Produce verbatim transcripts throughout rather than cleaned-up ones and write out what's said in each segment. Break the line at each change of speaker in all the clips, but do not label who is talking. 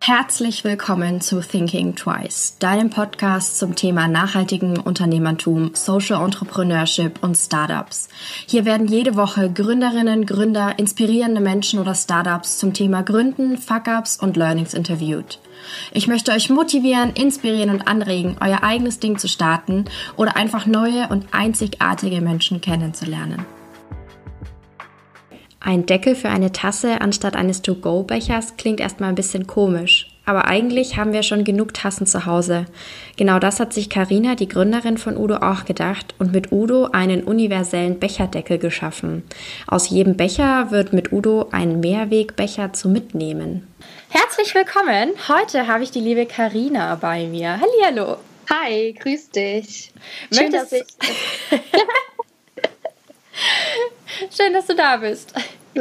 Herzlich willkommen zu Thinking Twice, deinem Podcast zum Thema nachhaltigen Unternehmertum, Social Entrepreneurship und Startups. Hier werden jede Woche Gründerinnen, Gründer, inspirierende Menschen oder Startups zum Thema Gründen, Fuck-Ups und Learnings interviewt. Ich möchte euch motivieren, inspirieren und anregen, euer eigenes Ding zu starten oder einfach neue und einzigartige Menschen kennenzulernen. Ein Deckel für eine Tasse anstatt eines To-Go-Bechers klingt erstmal ein bisschen komisch, aber eigentlich haben wir schon genug Tassen zu Hause. Genau das hat sich Carina, die Gründerin von Udo, auch gedacht und mit Udo einen universellen Becherdeckel geschaffen. Aus jedem Becher wird mit Udo ein Mehrwegbecher zum Mitnehmen. Herzlich willkommen! Heute habe ich die liebe Carina bei mir. Hallihallo!
Hi, grüß dich. Schön,
Möchtest...
dass ich...
Schön, dass du da bist.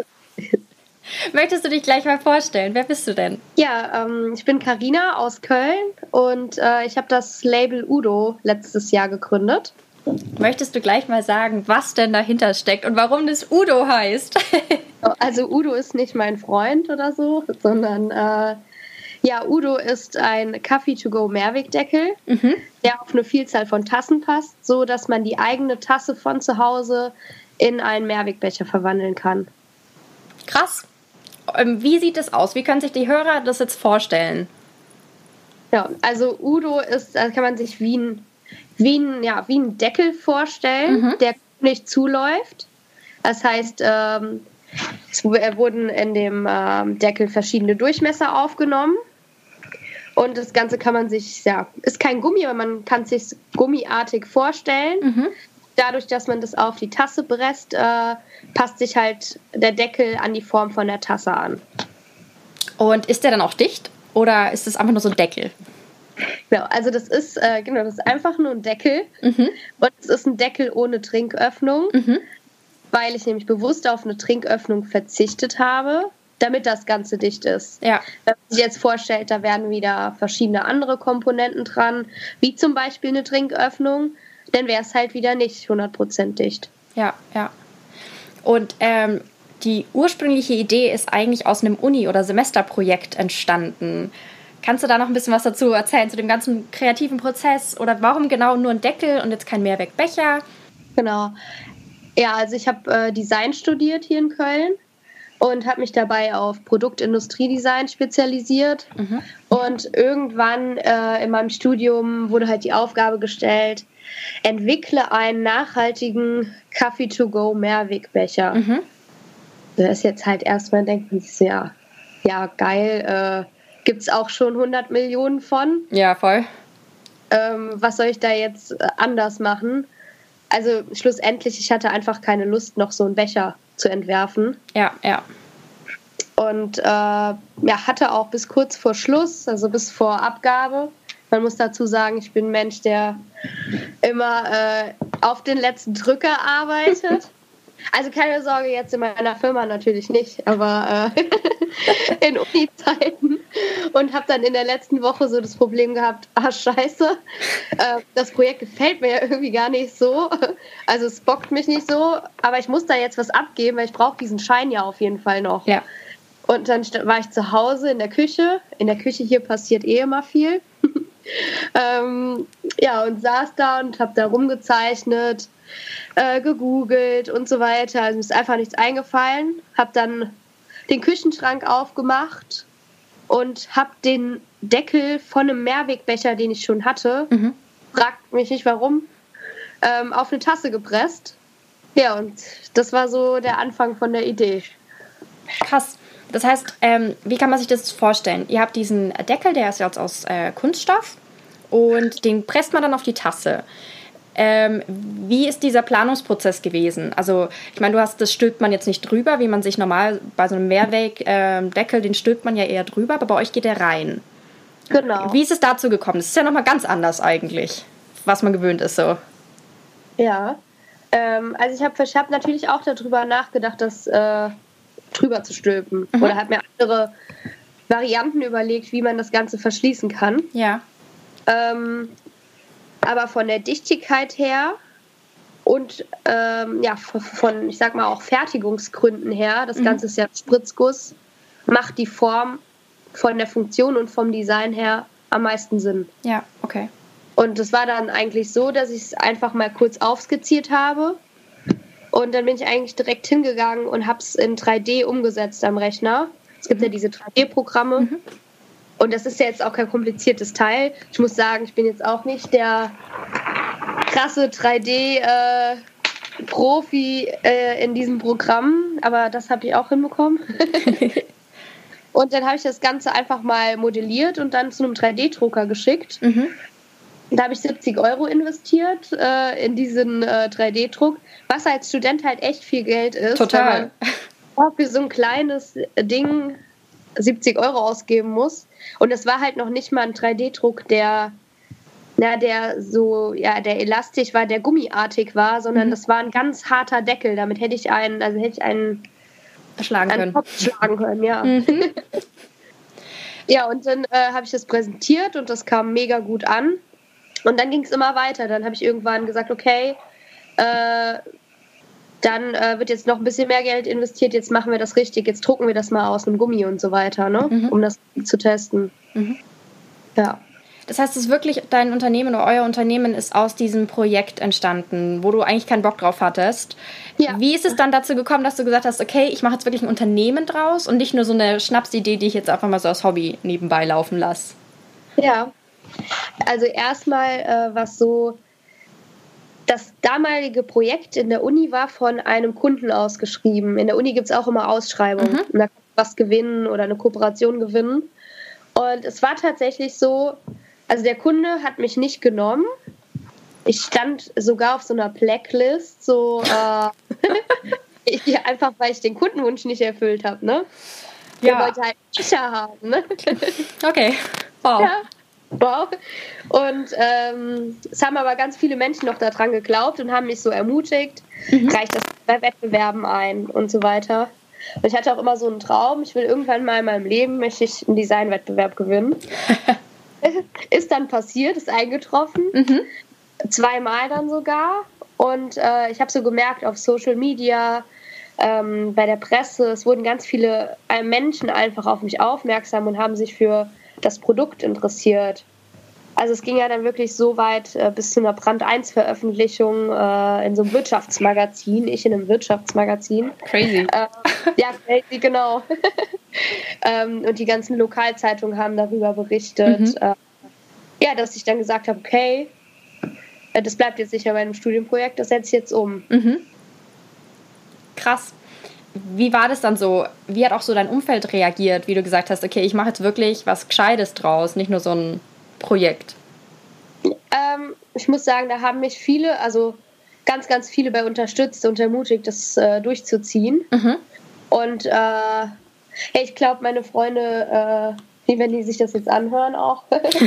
Möchtest du dich gleich mal vorstellen? Wer bist du denn?
Ja, ähm, ich bin Carina aus Köln und äh, ich habe das Label Udo letztes Jahr gegründet.
Möchtest du gleich mal sagen, was denn dahinter steckt und warum das Udo heißt?
Also Udo ist nicht mein Freund oder so, sondern äh, ja, Udo ist ein Coffee-to-go-Mehrwegdeckel, mhm. der auf eine Vielzahl von Tassen passt, so dass man die eigene Tasse von zu Hause in einen Mehrwegbecher verwandeln kann.
Krass. Wie sieht das aus? Wie können sich die Hörer das jetzt vorstellen?
Ja, also Udo ist, da kann man sich wie ein, wie ein, ja, wie ein Deckel vorstellen, mhm. der nicht zuläuft. Das heißt, ähm, es wurden in dem ähm, Deckel verschiedene Durchmesser aufgenommen. Und das Ganze kann man sich, ja, ist kein Gummi, aber man kann es sich gummiartig vorstellen. Mhm. Dadurch, dass man das auf die Tasse presst, äh, passt sich halt der Deckel an die Form von der Tasse an.
Und ist der dann auch dicht oder ist das einfach nur so ein Deckel?
Genau, also das ist, äh, genau, das ist einfach nur ein Deckel. Mhm. Und es ist ein Deckel ohne Trinköffnung, mhm. weil ich nämlich bewusst auf eine Trinköffnung verzichtet habe, damit das Ganze dicht ist. Ja. Wenn man sich jetzt vorstellt, da werden wieder verschiedene andere Komponenten dran, wie zum Beispiel eine Trinköffnung, dann wäre es halt wieder nicht hundert Prozent dicht.
Ja, ja. Und ähm, die ursprüngliche Idee ist eigentlich aus einem Uni- oder Semesterprojekt entstanden. Kannst du da noch ein bisschen was dazu erzählen, zu dem ganzen kreativen Prozess? Oder warum genau nur ein Deckel und jetzt kein Mehrwegbecher?
Genau. Ja, also ich habe äh, Design studiert hier in Köln und habe mich dabei auf Produktindustriedesign spezialisiert. Mhm. Und irgendwann äh, in meinem Studium wurde halt die Aufgabe gestellt, entwickle einen nachhaltigen Coffee-to-go-Mehrwegbecher. Mhm. Das ist jetzt halt erstmal, denkt man sich, ja, ja, geil, äh, gibt es auch schon hundert Millionen von.
Ja, voll.
Ähm, was soll ich da jetzt äh, anders machen? Also schlussendlich, ich hatte einfach keine Lust, noch so einen Becher zu entwerfen.
Ja, ja.
Und äh, ja, hatte auch bis kurz vor Schluss, also bis vor Abgabe. Man muss dazu sagen, ich bin ein Mensch, der immer äh, auf den letzten Drücker arbeitet. Also keine Sorge, jetzt in meiner Firma natürlich nicht, aber äh, in Uni-Zeiten. Und habe dann in der letzten Woche so das Problem gehabt, ah scheiße, äh, das Projekt gefällt mir ja irgendwie gar nicht so. Also es bockt mich nicht so, aber ich muss da jetzt was abgeben, weil ich brauche diesen Schein ja auf jeden Fall noch. Ja. Und dann war ich zu Hause in der Küche. In der Küche hier passiert eh immer viel. ähm, ja, und saß da und habe da rumgezeichnet, äh, gegoogelt und so weiter. Also mir ist einfach nichts eingefallen. Habe dann den Küchenschrank aufgemacht und habe den Deckel von einem Mehrwegbecher, den ich schon hatte, mhm. fragt mich nicht warum, ähm, auf eine Tasse gepresst. Ja, und das war so der Anfang von der Idee.
Krass. Das heißt, ähm, wie kann man sich das vorstellen? Ihr habt diesen Deckel, der ist jetzt aus äh, Kunststoff und den presst man dann auf die Tasse. Ähm, wie ist dieser Planungsprozess gewesen? Also, ich meine, du hast, das stülpt man jetzt nicht drüber, wie man sich normal bei so einem Mehrwegdeckel, äh, den stülpt man ja eher drüber, aber bei euch geht der rein.
Genau.
Wie ist es dazu gekommen? Das ist ja nochmal ganz anders eigentlich, was man gewöhnt ist so.
Ja, ähm, also ich habe ich hab natürlich auch darüber nachgedacht, dass äh, drüber zu stülpen. Mhm. Oder habe mir andere Varianten überlegt, wie man das Ganze verschließen kann.
Ja.
Ähm, aber von der Dichtigkeit her und ähm, ja, von, ich sag mal, auch Fertigungsgründen her, das mhm. Ganze ist ja Spritzguss, macht die Form von der Funktion und vom Design her am meisten Sinn.
Ja, okay.
Und es war dann eigentlich so, dass ich es einfach mal kurz aufskizziert habe. Und dann bin ich eigentlich direkt hingegangen und habe es in drei D umgesetzt am Rechner. Es gibt mhm. ja diese drei D-Programme. Mhm. Und das ist ja jetzt auch kein kompliziertes Teil. Ich muss sagen, ich bin jetzt auch nicht der krasse drei D-Profi äh, in diesem Programm. Aber das habe ich auch hinbekommen. Und dann habe ich das Ganze einfach mal modelliert und dann zu einem drei D-Drucker geschickt. Mhm. Da habe ich siebzig Euro investiert äh, in diesen äh, drei D-Druck, was als Student halt echt viel Geld ist.
Total.
Weil man für so ein kleines Ding siebzig Euro ausgeben muss. Und es war halt noch nicht mal ein drei D-Druck, der, ja, der so, ja, der elastisch war, der gummiartig war, sondern mhm. das war ein ganz harter Deckel. Damit hätte ich einen, also hätte ich einen,
schlagen
einen
können.
Kopf schlagen können, ja.
Mhm.
Ja, und dann äh, habe ich das präsentiert und das kam mega gut an. Und dann ging es immer weiter. Dann habe ich irgendwann gesagt, okay, äh, dann äh, wird jetzt noch ein bisschen mehr Geld investiert, jetzt machen wir das richtig, jetzt drucken wir das mal aus einem Gummi und so weiter, ne? Mhm. Um das zu testen. Mhm. Ja.
Das heißt, es ist wirklich, dein Unternehmen oder euer Unternehmen ist aus diesem Projekt entstanden, wo du eigentlich keinen Bock drauf hattest. Ja. Wie ist es dann dazu gekommen, dass du gesagt hast, okay, ich mache jetzt wirklich ein Unternehmen draus und nicht nur so eine Schnapsidee, die ich jetzt einfach mal so als Hobby nebenbei laufen lasse?
Ja. Also erstmal äh, war es so, das damalige Projekt in der Uni war von einem Kunden ausgeschrieben. In der Uni gibt es auch immer Ausschreibungen. Mhm. Und da kann man was gewinnen oder eine Kooperation gewinnen. Und es war tatsächlich so, also der Kunde hat mich nicht genommen. Ich stand sogar auf so einer Blacklist, so äh, ich, einfach weil ich den Kundenwunsch nicht erfüllt habe. Ne? Der
ja.
wollte halt sicher haben. Ne?
Okay, wow.
Ja. Wow. Und ähm, es haben aber ganz viele Menschen noch daran geglaubt und haben mich so ermutigt, mhm. reicht das bei Wettbewerben ein und so weiter. Und ich hatte auch immer so einen Traum, ich will irgendwann mal in meinem Leben, möchte ich einen Designwettbewerb gewinnen. Ist dann passiert, ist eingetroffen. Mhm. Zweimal dann sogar. Und äh, ich habe so gemerkt auf Social Media, ähm, bei der Presse, es wurden ganz viele Menschen einfach auf mich aufmerksam und haben sich für das Produkt interessiert. Also es ging ja dann wirklich so weit äh, bis zu einer Brand eins Veröffentlichung äh, in so einem Wirtschaftsmagazin, ich in einem Wirtschaftsmagazin.
Crazy.
Äh, ja, crazy, genau. ähm, und die ganzen Lokalzeitungen haben darüber berichtet. Mhm. Äh, ja, dass ich dann gesagt habe, okay, äh, das bleibt jetzt nicht bei meinem Studienprojekt, das setze ich jetzt um.
Mhm. Krass. Wie war das dann so? Wie hat auch so dein Umfeld reagiert, wie du gesagt hast, okay, ich mache jetzt wirklich was Gescheites draus, nicht nur so ein Projekt?
Ähm, ich muss sagen, da haben mich viele, also ganz, ganz viele bei unterstützt und ermutigt, das äh, durchzuziehen. Mhm. Und äh, hey, ich glaube, meine Freunde, äh, wenn die sich das jetzt anhören auch,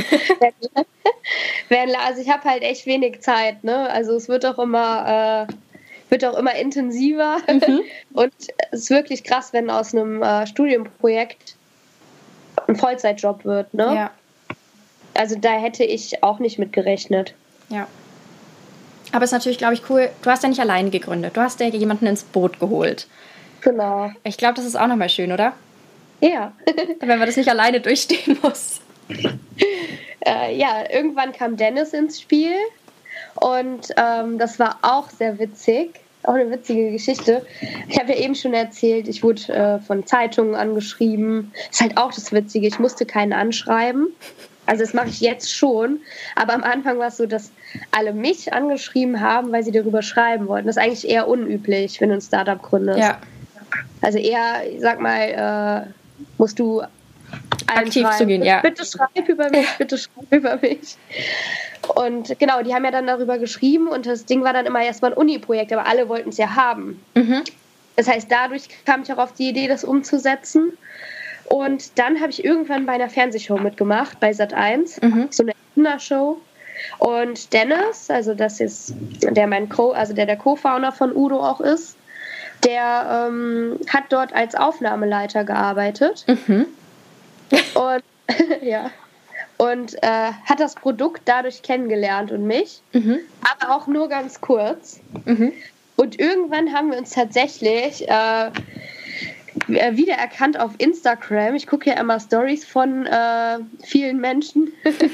werden, also ich habe halt echt wenig Zeit, ne? Also es wird auch immer... Äh, wird auch immer intensiver mhm. und es ist wirklich krass, wenn aus einem äh, Studienprojekt ein Vollzeitjob wird, ne?
Ja.
Also da hätte ich auch nicht mit gerechnet.
Ja. Aber es ist natürlich, glaube ich, cool, du hast ja nicht alleine gegründet, du hast ja jemanden ins Boot geholt.
Genau.
Ich glaube, das ist auch nochmal schön, oder?
Ja.
Wenn man das nicht alleine durchstehen muss.
äh, ja, irgendwann kam Dennis ins Spiel und ähm, das war auch sehr witzig. Auch eine witzige Geschichte. Ich habe ja eben schon erzählt, ich wurde äh, von Zeitungen angeschrieben. Ist halt auch das Witzige, ich musste keinen anschreiben. Also das mache ich jetzt schon. Aber am Anfang war es so, dass alle mich angeschrieben haben, weil sie darüber schreiben wollten. Das ist eigentlich eher unüblich, wenn du ein Startup gründest.
Ja.
Also eher, ich sag mal, äh, musst du
aktiv zu gehen, ja.
Bitte schreib über mich, bitte schreib über mich. Und genau, die haben ja dann darüber geschrieben und das Ding war dann immer erstmal ein Uni-Projekt, aber alle wollten es ja haben. Mhm. Das heißt, dadurch kam ich auch auf die Idee, das umzusetzen. Und dann habe ich irgendwann bei einer Fernsehshow mitgemacht, bei Sat eins, mhm. so eine Kindershow. Und Dennis, also das ist der mein Co, also der der Co-Founder von Udo auch ist, der ähm, hat dort als Aufnahmeleiter gearbeitet. Mhm. Und ja. Und äh, hat das Produkt dadurch kennengelernt und mich, mhm. aber auch nur ganz kurz. Mhm. Und irgendwann haben wir uns tatsächlich äh, äh, wiedererkannt auf Instagram. Ich gucke ja immer Stories von äh, vielen Menschen.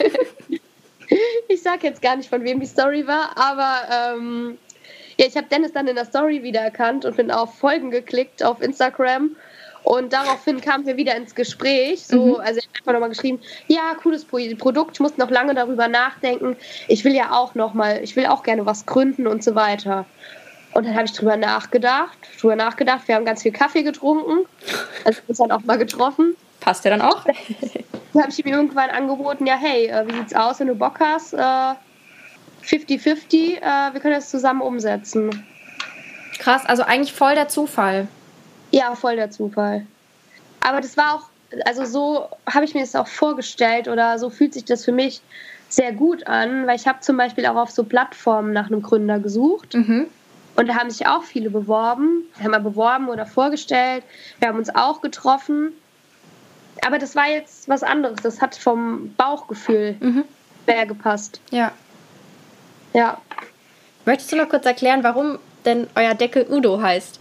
Ich sage jetzt gar nicht, von wem die Story war, aber ähm, ja, ich habe Dennis dann in der Story wiedererkannt und bin auf Folgen geklickt auf Instagram. Und daraufhin kamen wir wieder ins Gespräch. So, mhm. Also ich habe einfach nochmal geschrieben, ja, cooles Produkt, ich muss noch lange darüber nachdenken. Ich will ja auch nochmal, ich will auch gerne was gründen und so weiter. Und dann habe ich drüber nachgedacht, drüber nachgedacht, wir haben ganz viel Kaffee getrunken, also uns dann auch mal getroffen.
Passt ja dann auch.
Dann habe ich ihm irgendwann angeboten, ja hey, wie sieht's aus, wenn du Bock hast? fünfzig fünfzig, wir können das zusammen umsetzen.
Krass, also eigentlich voll der Zufall.
Ja, voll der Zufall. Aber das war auch, also so habe ich mir das auch vorgestellt oder so fühlt sich das für mich sehr gut an, weil ich habe zum Beispiel auch auf so Plattformen nach einem Gründer gesucht. Mhm. Und da haben sich auch viele beworben. Wir haben mal beworben oder vorgestellt. Wir haben uns auch getroffen. Aber das war jetzt was anderes. Das hat vom Bauchgefühl mhm. mehr gepasst.
Ja.
Ja.
Möchtest du noch kurz erklären, warum denn euer Deckel Udo heißt?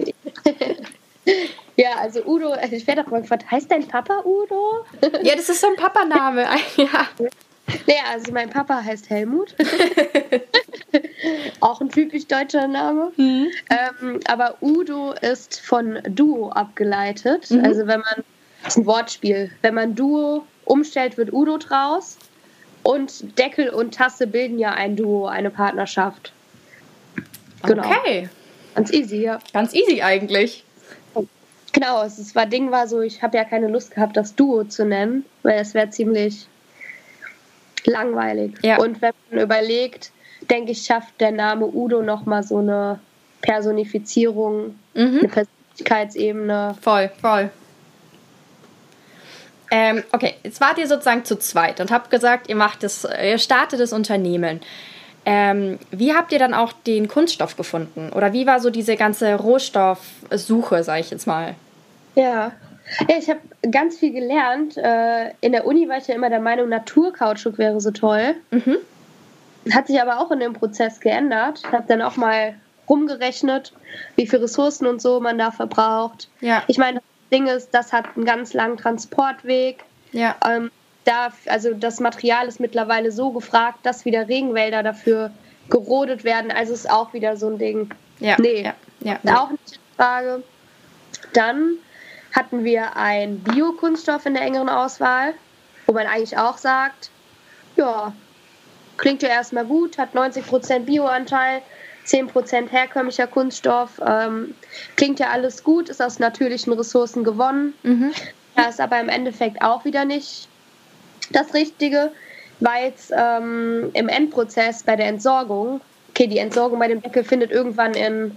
Ja, also Udo, ich werde doch mal gefragt, heißt dein Papa Udo?
Ja, das ist so ein Papaname. Ja.
Naja, also mein Papa heißt Helmut. Auch ein typisch deutscher Name. Mhm. Ähm, aber Udo ist von Duo abgeleitet. Mhm. Also wenn man, das ist ein Wortspiel, wenn man Duo umstellt, wird Udo draus. Und Deckel und Tasse bilden ja ein Duo, eine Partnerschaft.
Genau. Okay.
Ganz easy, ja.
Ganz easy eigentlich.
Genau, das war, Ding war so, ich habe ja keine Lust gehabt, das Duo zu nennen, weil es wäre ziemlich langweilig.
Ja.
Und wenn man überlegt, denke ich, schafft der Name Udo nochmal so eine Personifizierung, mhm. eine Persönlichkeitsebene.
Voll, voll. Ähm, okay, jetzt wart ihr sozusagen zu zweit und habt gesagt, ihr macht das, ihr startet das Unternehmen. Ähm, wie habt ihr dann auch den Kunststoff gefunden? Oder wie war so diese ganze Rohstoffsuche, sag ich jetzt mal?
Ja, ja ich habe ganz viel gelernt. Äh, in der Uni war ich ja immer der Meinung, Naturkautschuk wäre so toll. Mhm. Hat sich aber auch in dem Prozess geändert. Ich habe dann auch mal rumgerechnet, wie viele Ressourcen und so man da verbraucht.
Ja.
Ich meine, das Ding ist, das hat einen ganz langen Transportweg.
Ja.
Ähm, da, also das Material ist mittlerweile so gefragt, dass wieder Regenwälder dafür gerodet werden. Also ist auch wieder so ein Ding.
Ja.
Nee,
ja. Ja.
Ist auch nicht die Frage. Dann hatten wir einen Biokunststoff in der engeren Auswahl, wo man eigentlich auch sagt, ja, klingt ja erstmal gut, hat neunzig Prozent Bioanteil, zehn Prozent herkömmlicher Kunststoff, ähm, klingt ja alles gut, ist aus natürlichen Ressourcen gewonnen. Mhm. Da ist aber im Endeffekt auch wieder nicht das Richtige, weil es ähm, im Endprozess bei der Entsorgung, okay, die Entsorgung bei dem Deckel findet irgendwann in,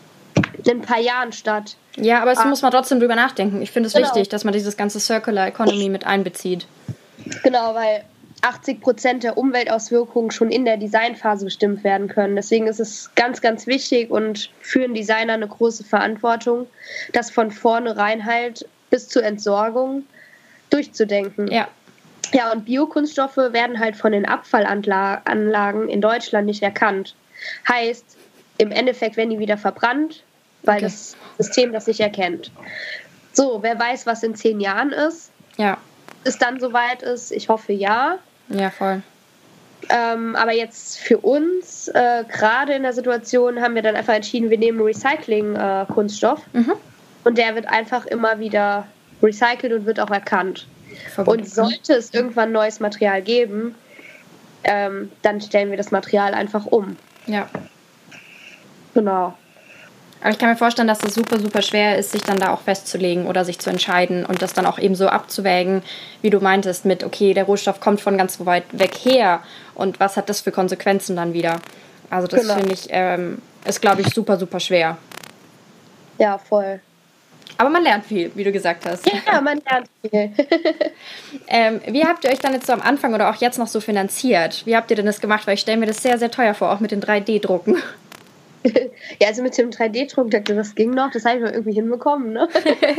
in ein paar Jahren statt.
Ja, aber es ah. muss man trotzdem drüber nachdenken. Ich finde es genau. wichtig, dass man dieses ganze Circular Economy mit einbezieht.
Genau, weil achtzig Prozent der Umweltauswirkungen schon in der Designphase bestimmt werden können. Deswegen ist es ganz, ganz wichtig und für einen Designer eine große Verantwortung, das von vornherein halt bis zur Entsorgung durchzudenken.
Ja.
Ja, und Biokunststoffe werden halt von den Abfallanlagen in Deutschland nicht erkannt. Heißt, im Endeffekt werden die wieder verbrannt, weil okay. das System das nicht erkennt. So, wer weiß, was in zehn Jahren ist.
Ja.
Es dann soweit ist, ich hoffe ja.
Ja, voll.
Ähm, aber jetzt für uns, äh, gerade in der Situation, haben wir dann einfach entschieden, wir nehmen Recycling-Kunststoff äh, mhm. und der wird einfach immer wieder recycelt und wird auch erkannt. Verbunden. Und sollte es irgendwann neues Material geben, ähm, dann stellen wir das Material einfach um.
Ja.
Genau.
Aber ich kann mir vorstellen, dass es super, super schwer ist, sich dann da auch festzulegen oder sich zu entscheiden und das dann auch eben so abzuwägen, wie du meintest, mit, okay, der Rohstoff kommt von ganz weit weg her und was hat das für Konsequenzen dann wieder? Also das genau. finde ich, ähm, ist, glaube ich, super, super schwer.
Ja, voll.
Aber man lernt viel, wie du gesagt hast.
Ja, man lernt viel.
ähm, wie habt ihr euch dann jetzt so am Anfang oder auch jetzt noch so finanziert? Wie habt ihr denn das gemacht? Weil ich stelle mir das sehr, sehr teuer vor, auch mit den drei D Drucken.
Ja, also mit dem drei D Druck, das ging noch, das habe ich noch irgendwie hinbekommen, ne?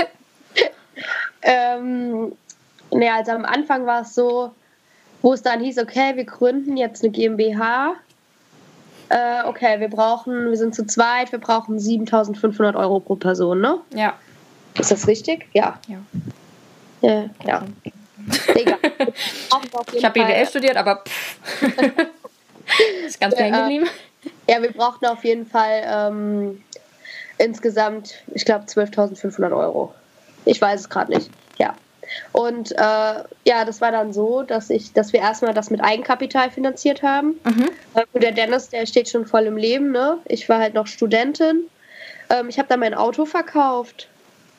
ähm, ne, also am Anfang war es so, wo es dann hieß, okay, wir gründen jetzt eine GmbH. Äh, okay, wir brauchen, wir sind zu zweit, wir brauchen siebentausendfünfhundert Euro pro Person, ne?
Ja.
Ist das richtig? Ja.
Ja.
Ja. ja. Egal.
Ich habe B W L studiert, aber ist ganz hängen geblieben.
Ja, wir brauchten auf jeden Fall ähm, insgesamt, ich glaube, zwölftausendfünfhundert Euro. Ich weiß es gerade nicht. Ja. Und äh, ja, das war dann so, dass ich, dass wir erstmal das mit Eigenkapital finanziert haben. Mhm. Und der Dennis, der steht schon voll im Leben, ne? Ich war halt noch Studentin. Ähm, ich habe dann mein Auto verkauft.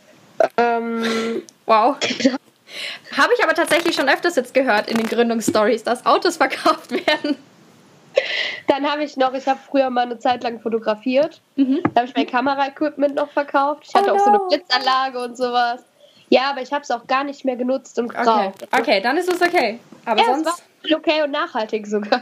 Ähm,
wow. Habe ich aber tatsächlich schon öfters jetzt gehört in den Gründungsstories, dass Autos verkauft werden.
Dann habe ich noch, ich habe früher mal eine Zeit lang fotografiert. Mhm. Da habe ich mein Kameraequipment noch verkauft. Ich hatte oh no. auch so eine Blitzanlage und sowas. Ja, aber ich habe es auch gar nicht mehr genutzt und geraucht.
Okay, okay, dann ist es okay. Aber
ja,
sonst...
es war okay und nachhaltig sogar.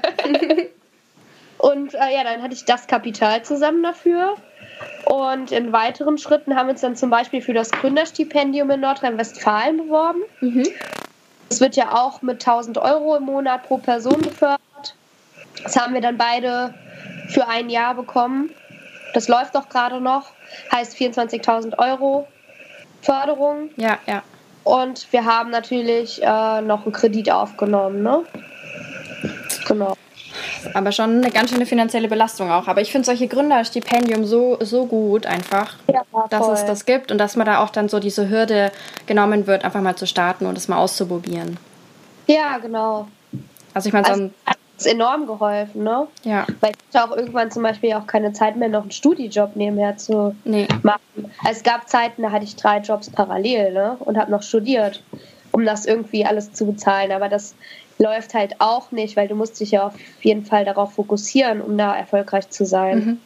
Und äh, ja, dann hatte ich das Kapital zusammen dafür. Und in weiteren Schritten haben wir uns dann zum Beispiel für das Gründerstipendium in Nordrhein-Westfalen beworben. Mhm. Das wird ja auch mit tausend Euro im Monat pro Person gefördert. Das haben wir dann beide für ein Jahr bekommen. Das läuft doch gerade noch. Heißt vierundzwanzigtausend Euro Förderung.
Ja, ja.
Und wir haben natürlich äh, noch einen Kredit aufgenommen, ne? Genau.
Aber schon eine ganz schöne finanzielle Belastung auch. Aber ich finde solche Gründerstipendium so, so gut einfach, ja, dass voll. Es das gibt und dass man da auch dann so diese Hürde genommen wird, einfach mal zu starten und es mal auszuprobieren.
Ja, genau.
Also ich meine,
also, hat uns enorm geholfen, ne?
Ja.
Weil ich hatte auch irgendwann zum Beispiel auch keine Zeit mehr, noch einen Studijob nebenher zu
nee.
machen. Also es gab Zeiten, da hatte ich drei Jobs parallel, ne? Und habe noch studiert, um das irgendwie alles zu bezahlen. Aber das läuft halt auch nicht, weil du musst dich ja auf jeden Fall darauf fokussieren, um da erfolgreich zu sein.
Mhm.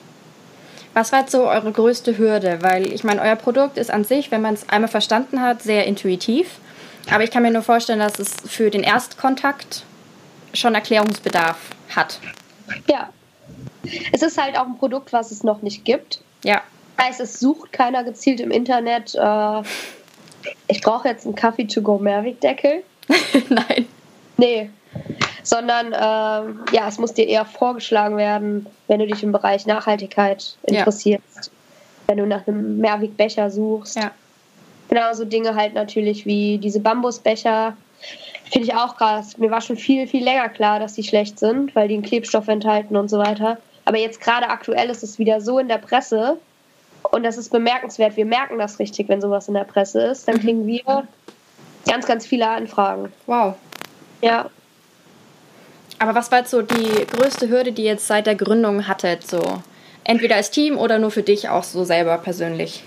Was war jetzt so eure größte Hürde? Weil ich meine, euer Produkt ist an sich, wenn man es einmal verstanden hat, sehr intuitiv. Aber ich kann mir nur vorstellen, dass es für den Erstkontakt schon Erklärungsbedarf hat.
Ja. Es ist halt auch ein Produkt, was es noch nicht gibt.
Ja.
Das heißt, es sucht keiner gezielt im Internet, äh, ich brauche jetzt einen Coffee-to-go-Mehrwegdeckel.
Nein.
Nee, sondern ähm, ja, es muss dir eher vorgeschlagen werden, wenn du dich im Bereich Nachhaltigkeit interessierst, ja. wenn du nach einem Mehrwegbecher suchst.
Ja.
Genauso Dinge halt natürlich wie diese Bambusbecher. Finde ich auch krass. Mir war schon viel, viel länger klar, dass die schlecht sind, weil die einen Klebstoff enthalten und so weiter. Aber jetzt gerade aktuell ist es wieder so in der Presse und das ist bemerkenswert. Wir merken das richtig, wenn sowas in der Presse ist. Dann kriegen wir ganz, ganz viele Anfragen.
Wow.
Ja.
Aber was war jetzt so die größte Hürde, die ihr jetzt seit der Gründung hattet? So entweder als Team oder nur für dich auch so selber persönlich?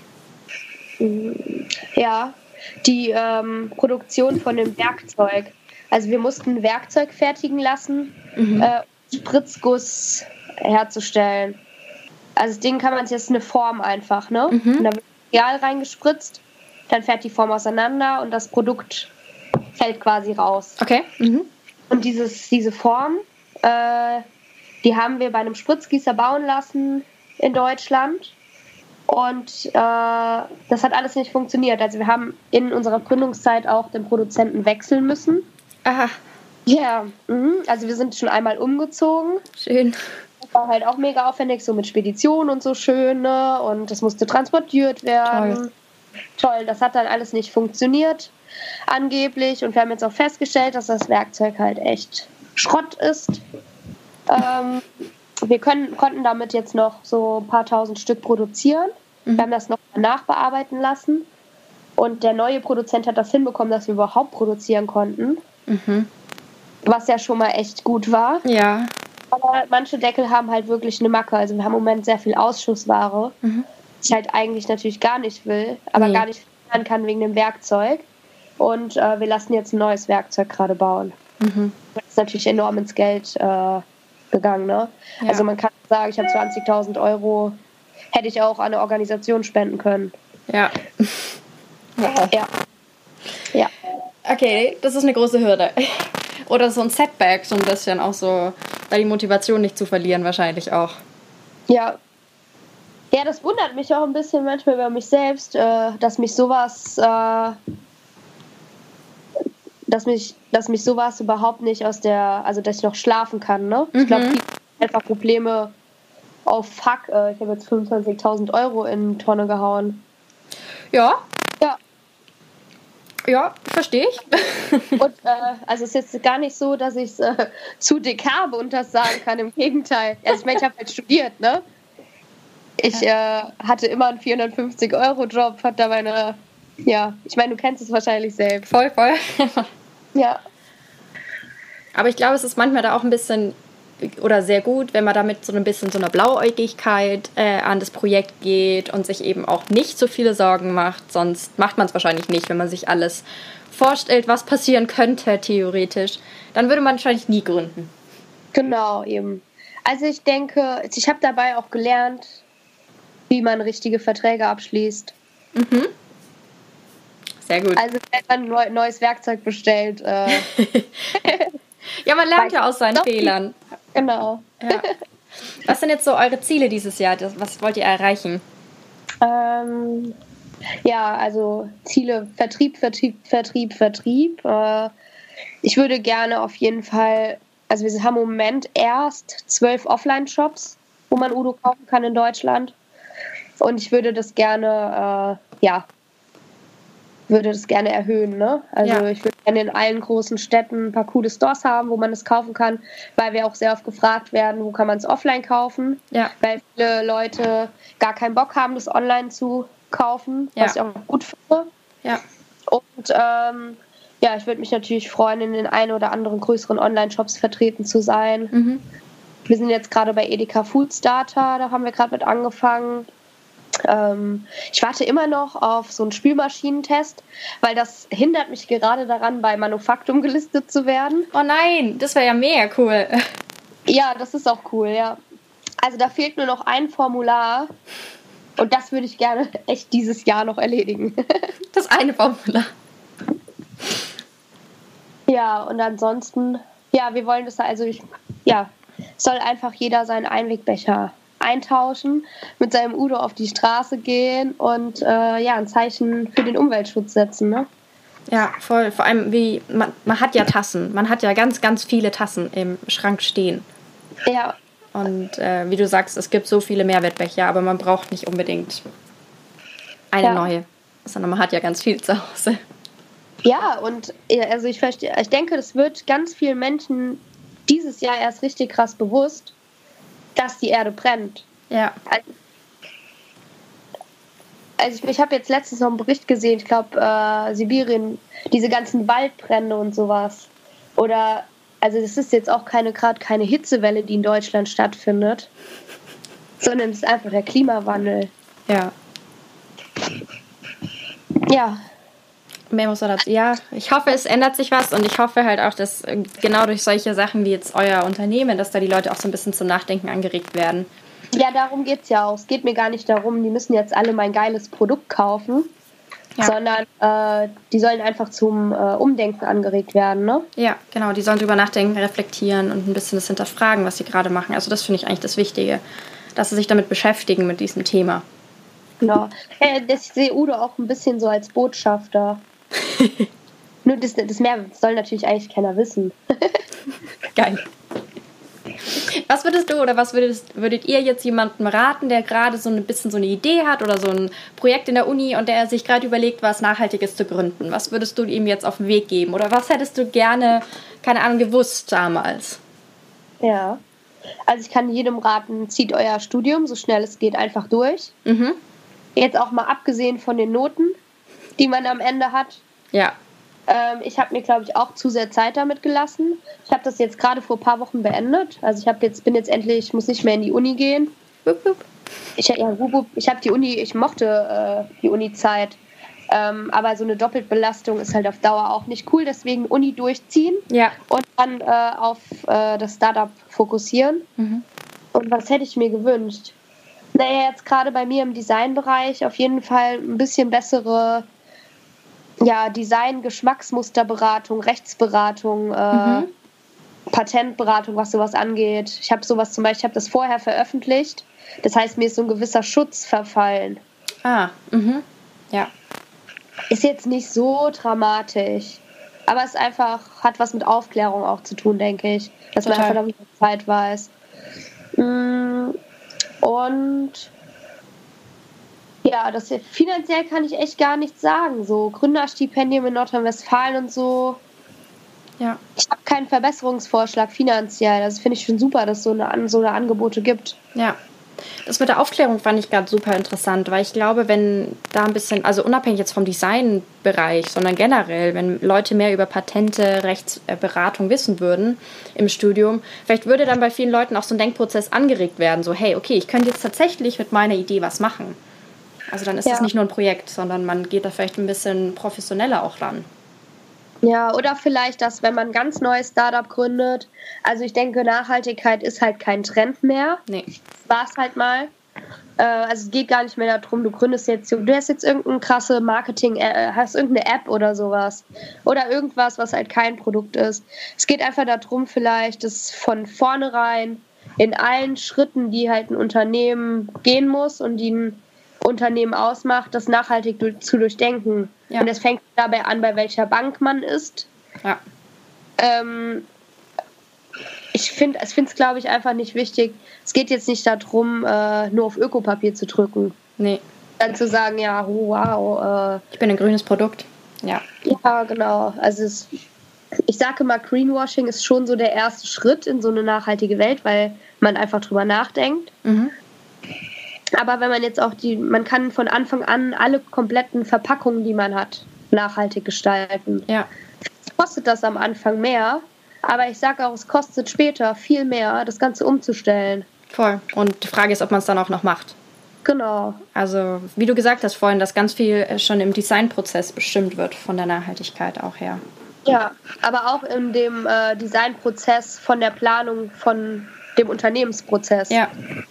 Ja, die ähm, Produktion von dem Werkzeug. Also wir mussten ein Werkzeug fertigen lassen, mhm. äh, Spritzguss herzustellen. Also das Ding kann man sich, das ist eine Form einfach, ne? Mhm. Und da wird Material reingespritzt, dann fährt die Form auseinander und das Produkt fällt quasi raus.
Okay. Mhm.
Und dieses, diese Form, äh, die haben wir bei einem Spritzgießer bauen lassen in Deutschland. Und äh, das hat alles nicht funktioniert. Also wir haben in unserer Gründungszeit auch den Produzenten wechseln müssen.
Aha.
Ja, mh. Also wir sind schon einmal umgezogen.
Schön.
Das war halt auch mega aufwendig, so mit Spedition und so schön, ne? Und das musste transportiert werden. Toll. Toll, das hat dann alles nicht funktioniert, angeblich. Und wir haben jetzt auch festgestellt, dass das Werkzeug halt echt Schrott ist. Ähm, wir können, konnten damit jetzt noch so ein paar tausend Stück produzieren. Mhm. Wir haben das noch nachbearbeiten lassen. Und der neue Produzent hat das hinbekommen, dass wir überhaupt produzieren konnten. Mhm. Was ja schon mal echt gut war.
Ja.
Aber manche Deckel haben halt wirklich eine Macke. Also wir haben im Moment sehr viel Ausschussware. Mhm. Ich halt eigentlich natürlich gar nicht will, aber nee. gar nicht verändern kann wegen dem Werkzeug. Und äh, wir lassen jetzt ein neues Werkzeug gerade bauen. Mhm. Das ist natürlich enorm ins Geld äh, gegangen. Ne? Ja. Also man kann sagen, ich habe zwanzigtausend Euro, hätte ich auch an eine Organisation spenden können.
Ja.
Wow. Ja. Ja.
Okay, das ist eine große Hürde. Oder so ein Setback, so ein bisschen auch so, da die Motivation nicht zu verlieren wahrscheinlich auch.
Ja. Ja, das wundert mich auch ein bisschen manchmal über mich selbst, äh, dass mich sowas, äh, dass mich, dass mich sowas überhaupt nicht aus der, also dass ich noch schlafen kann, ne? Mhm. Ich glaube, viele haben einfach Probleme, oh fuck, äh, ich habe jetzt fünfundzwanzigtausend Euro in die Tonne gehauen.
Ja.
Ja.
Ja, verstehe ich.
Und äh, also es ist jetzt gar nicht so, dass ich es äh, zu dick habe und das sagen kann. Im Gegenteil. Also ich meine, ich habe halt studiert, ne? Ich äh, hatte immer einen vierhundertfünfzig-Euro-Job, hat da meine, ja, ich meine, du kennst es wahrscheinlich selbst.
Voll, voll.
Ja.
Aber ich glaube, es ist manchmal da auch ein bisschen oder sehr gut, wenn man damit so ein bisschen so einer Blauäugigkeit äh, an das Projekt geht und sich eben auch nicht so viele Sorgen macht. Sonst macht man es wahrscheinlich nicht, wenn man sich alles vorstellt, was passieren könnte, theoretisch. Dann würde man wahrscheinlich nie gründen.
Genau, eben. Also ich denke, ich habe dabei auch gelernt, wie man richtige Verträge abschließt.
Mhm. Sehr gut.
Also wenn man ein neues Werkzeug bestellt. Äh,
ja, man lernt ja aus seinen Fehlern.
Genau.
Ja. Was sind jetzt so eure Ziele dieses Jahr? Was wollt ihr erreichen?
Ähm, ja, also Ziele Vertrieb, Vertrieb, Vertrieb, Vertrieb. Äh, ich würde gerne auf jeden Fall, also wir haben im Moment erst zwölf Offline-Shops, wo man Udo kaufen kann in Deutschland. Und ich würde das gerne, äh, ja, würde das gerne erhöhen, ne? Also ja. Ich würde gerne in allen großen Städten ein paar coole Stores haben, wo man es kaufen kann, weil wir auch sehr oft gefragt werden, wo kann man es offline kaufen,
ja.
weil viele Leute gar keinen Bock haben, das online zu kaufen, ja. was ich auch gut finde.
Ja.
Und ähm, ja, ich würde mich natürlich freuen, in den einen oder anderen größeren Online-Shops vertreten zu sein.
Mhm.
Wir sind jetzt gerade bei Edeka Foodstarter, da haben wir gerade mit angefangen. Ähm, ich warte immer noch auf so einen Spülmaschinentest, weil das hindert mich gerade daran, bei Manufaktum gelistet zu werden.
Oh nein, das wäre ja mega cool.
Ja, das ist auch cool, ja. Also da fehlt nur noch ein Formular und das würde ich gerne echt dieses Jahr noch erledigen.
Das eine Formular.
Ja, und ansonsten, ja, wir wollen das also, ich, ja, soll einfach jeder seinen Einwegbecher eintauschen, mit seinem Udo auf die Straße gehen und äh, ja, ein Zeichen für den Umweltschutz setzen, ne?
Ja, voll. Vor allem, wie man, man hat ja Tassen. Man hat ja ganz, ganz viele Tassen im Schrank stehen.
Ja.
Und äh, wie du sagst, es gibt so viele Mehrwegbecher, aber man braucht nicht unbedingt eine ja. neue, sondern man hat ja ganz viel zu Hause.
Ja, und also ich verstehe, ich denke, das wird ganz vielen Menschen dieses Jahr erst richtig krass bewusst, dass die Erde brennt.
Ja.
Also ich, ich habe jetzt letztens noch einen Bericht gesehen, ich glaube äh, Sibirien, diese ganzen Waldbrände und sowas. Oder, also das ist jetzt auch keine gerade keine Hitzewelle, die in Deutschland stattfindet, sondern es ist einfach der Klimawandel.
Ja.
Ja.
Mehr muss man dazu. Ja, ich hoffe, es ändert sich was und ich hoffe halt auch, dass genau durch solche Sachen wie jetzt euer Unternehmen, dass da die Leute auch so ein bisschen zum Nachdenken angeregt werden.
Ja, darum geht's ja auch. Es geht mir gar nicht darum, die müssen jetzt alle mein geiles Produkt kaufen, ja. sondern äh, die sollen einfach zum äh, Umdenken angeregt werden, ne?
Ja, genau. Die sollen drüber nachdenken, reflektieren und ein bisschen das hinterfragen, was sie gerade machen. Also das finde ich eigentlich das Wichtige, dass sie sich damit beschäftigen, mit diesem Thema.
Genau. Äh, ich sehe Udo auch ein bisschen so als Botschafter. Nur das, das mehr soll natürlich eigentlich keiner wissen.
Geil. Was würdest du oder was würdest, würdet ihr jetzt jemandem raten, der gerade so ein bisschen so eine Idee hat oder so ein Projekt in der Uni und der sich gerade überlegt, was Nachhaltiges zu gründen? Was würdest du ihm jetzt auf den Weg geben? Oder was hättest du gerne, keine Ahnung, gewusst damals?
Ja, also ich kann jedem raten, zieht euer Studium so schnell es geht einfach durch.
Mhm.
Jetzt auch mal abgesehen von den Noten, die man am Ende hat.
Ja.
Ähm, ich habe mir, glaube ich, auch zu sehr Zeit damit gelassen. Ich habe das jetzt gerade vor ein paar Wochen beendet. Also ich habe jetzt bin jetzt endlich, ich muss nicht mehr in die Uni gehen.
Wupp, wupp.
Ich, ja, ich habe die Uni, ich mochte äh, die Uni-Zeit. Ähm, aber so eine Doppelbelastung ist halt auf Dauer auch nicht cool. Deswegen Uni durchziehen
ja.
und dann äh, auf äh, das Startup fokussieren.
Mhm.
Und was hätte ich mir gewünscht? Naja, jetzt gerade bei mir im Designbereich auf jeden Fall ein bisschen bessere ja, Design-, Geschmacksmusterberatung, Rechtsberatung, äh, mhm. Patentberatung, was sowas angeht. Ich habe sowas zum Beispiel, ich habe das vorher veröffentlicht. Das heißt, mir ist so ein gewisser Schutz verfallen.
Ah, mhm. Ja.
Ist jetzt nicht so dramatisch. Aber es einfach hat was mit Aufklärung auch zu tun, denke ich. Dass Total. Man einfach darüber Bescheid weiß. Und ja, Ja, das finanziell kann ich echt gar nichts sagen. So Gründerstipendien in Nordrhein-Westfalen und so.
Ja.
Ich habe keinen Verbesserungsvorschlag finanziell. Das finde ich schon super, dass es so eine, so eine Angebote gibt.
Ja. Das mit der Aufklärung fand ich gerade super interessant, weil ich glaube, wenn da ein bisschen, also unabhängig jetzt vom Designbereich, sondern generell, wenn Leute mehr über Patente, Rechtsberatung wissen würden im Studium, vielleicht würde dann bei vielen Leuten auch so ein Denkprozess angeregt werden, so hey, okay, ich könnte jetzt tatsächlich mit meiner Idee was machen. Also dann ist
Ja.
das nicht nur ein Projekt, sondern man geht da vielleicht ein bisschen professioneller auch ran.
Ja, oder vielleicht, dass wenn man ein ganz neues Startup gründet, also ich denke, Nachhaltigkeit ist halt kein Trend mehr.
Nee.
War es halt mal. Äh, also es geht gar nicht mehr darum, du gründest jetzt, du hast jetzt irgendein krasse Marketing, äh, hast irgendeine App oder sowas. Oder irgendwas, was halt kein Produkt ist. Es geht einfach darum, vielleicht, dass von vornherein in allen Schritten, die halt ein Unternehmen gehen muss und die ein Unternehmen ausmacht, das nachhaltig durch, zu durchdenken.
Ja.
Und es fängt dabei an, bei welcher Bank man ist.
Ja.
Ähm, ich finde es, finde es, glaube ich, einfach nicht wichtig. Es geht jetzt nicht darum, äh, nur auf Ökopapier zu drücken.
Nee.
Dann zu sagen, ja, oh, wow. Äh,
Ich bin ein grünes Produkt. Ja.
Ja, genau. Also es, ich sage mal, Greenwashing ist schon so der erste Schritt in so eine nachhaltige Welt, weil man einfach drüber nachdenkt.
Mhm.
Aber wenn man jetzt auch die, man kann von Anfang an alle kompletten Verpackungen, die man hat, nachhaltig gestalten.
Ja.
Es kostet das am Anfang mehr, aber ich sage auch, es kostet später viel mehr, das Ganze umzustellen.
Voll. Und die Frage ist, ob man es dann auch noch macht.
Genau.
Also, wie du gesagt hast vorhin, dass ganz viel schon im Designprozess bestimmt wird von der Nachhaltigkeit auch her.
Ja, aber auch in dem äh, Designprozess von der Planung von dem Unternehmensprozess.
Ja.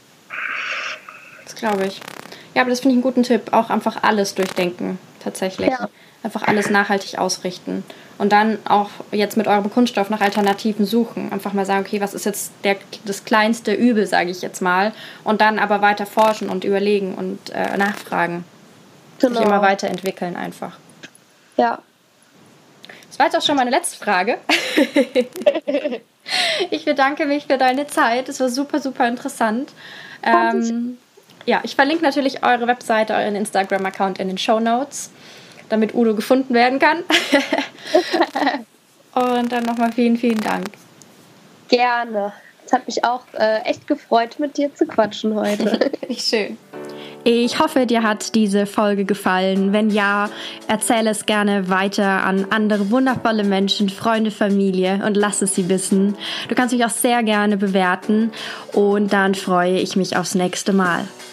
Das glaube ich. Ja, aber das finde ich einen guten Tipp. Auch einfach alles durchdenken, tatsächlich.
Ja.
Einfach alles nachhaltig ausrichten. Und dann auch jetzt mit eurem Kunststoff nach Alternativen suchen. Einfach mal sagen, okay, was ist jetzt der, das kleinste Übel, sage ich jetzt mal. Und dann aber weiter forschen und überlegen und äh, nachfragen.
Genau.
Sich immer weiterentwickeln einfach.
Ja.
Das war jetzt auch schon meine letzte Frage. Ich bedanke mich für deine Zeit. Es war super, super interessant. Ähm, ja, ich verlinke natürlich eure Webseite, euren Instagram-Account in den Shownotes, damit Udo gefunden werden kann. Und dann nochmal vielen, vielen Dank.
Gerne. Es hat mich auch äh, echt gefreut, mit dir zu quatschen heute.
Wie schön. Ich hoffe, dir hat diese Folge gefallen. Wenn ja, erzähle es gerne weiter an andere wundervolle Menschen, Freunde, Familie und lass es sie wissen. Du kannst mich auch sehr gerne bewerten und dann freue ich mich aufs nächste Mal.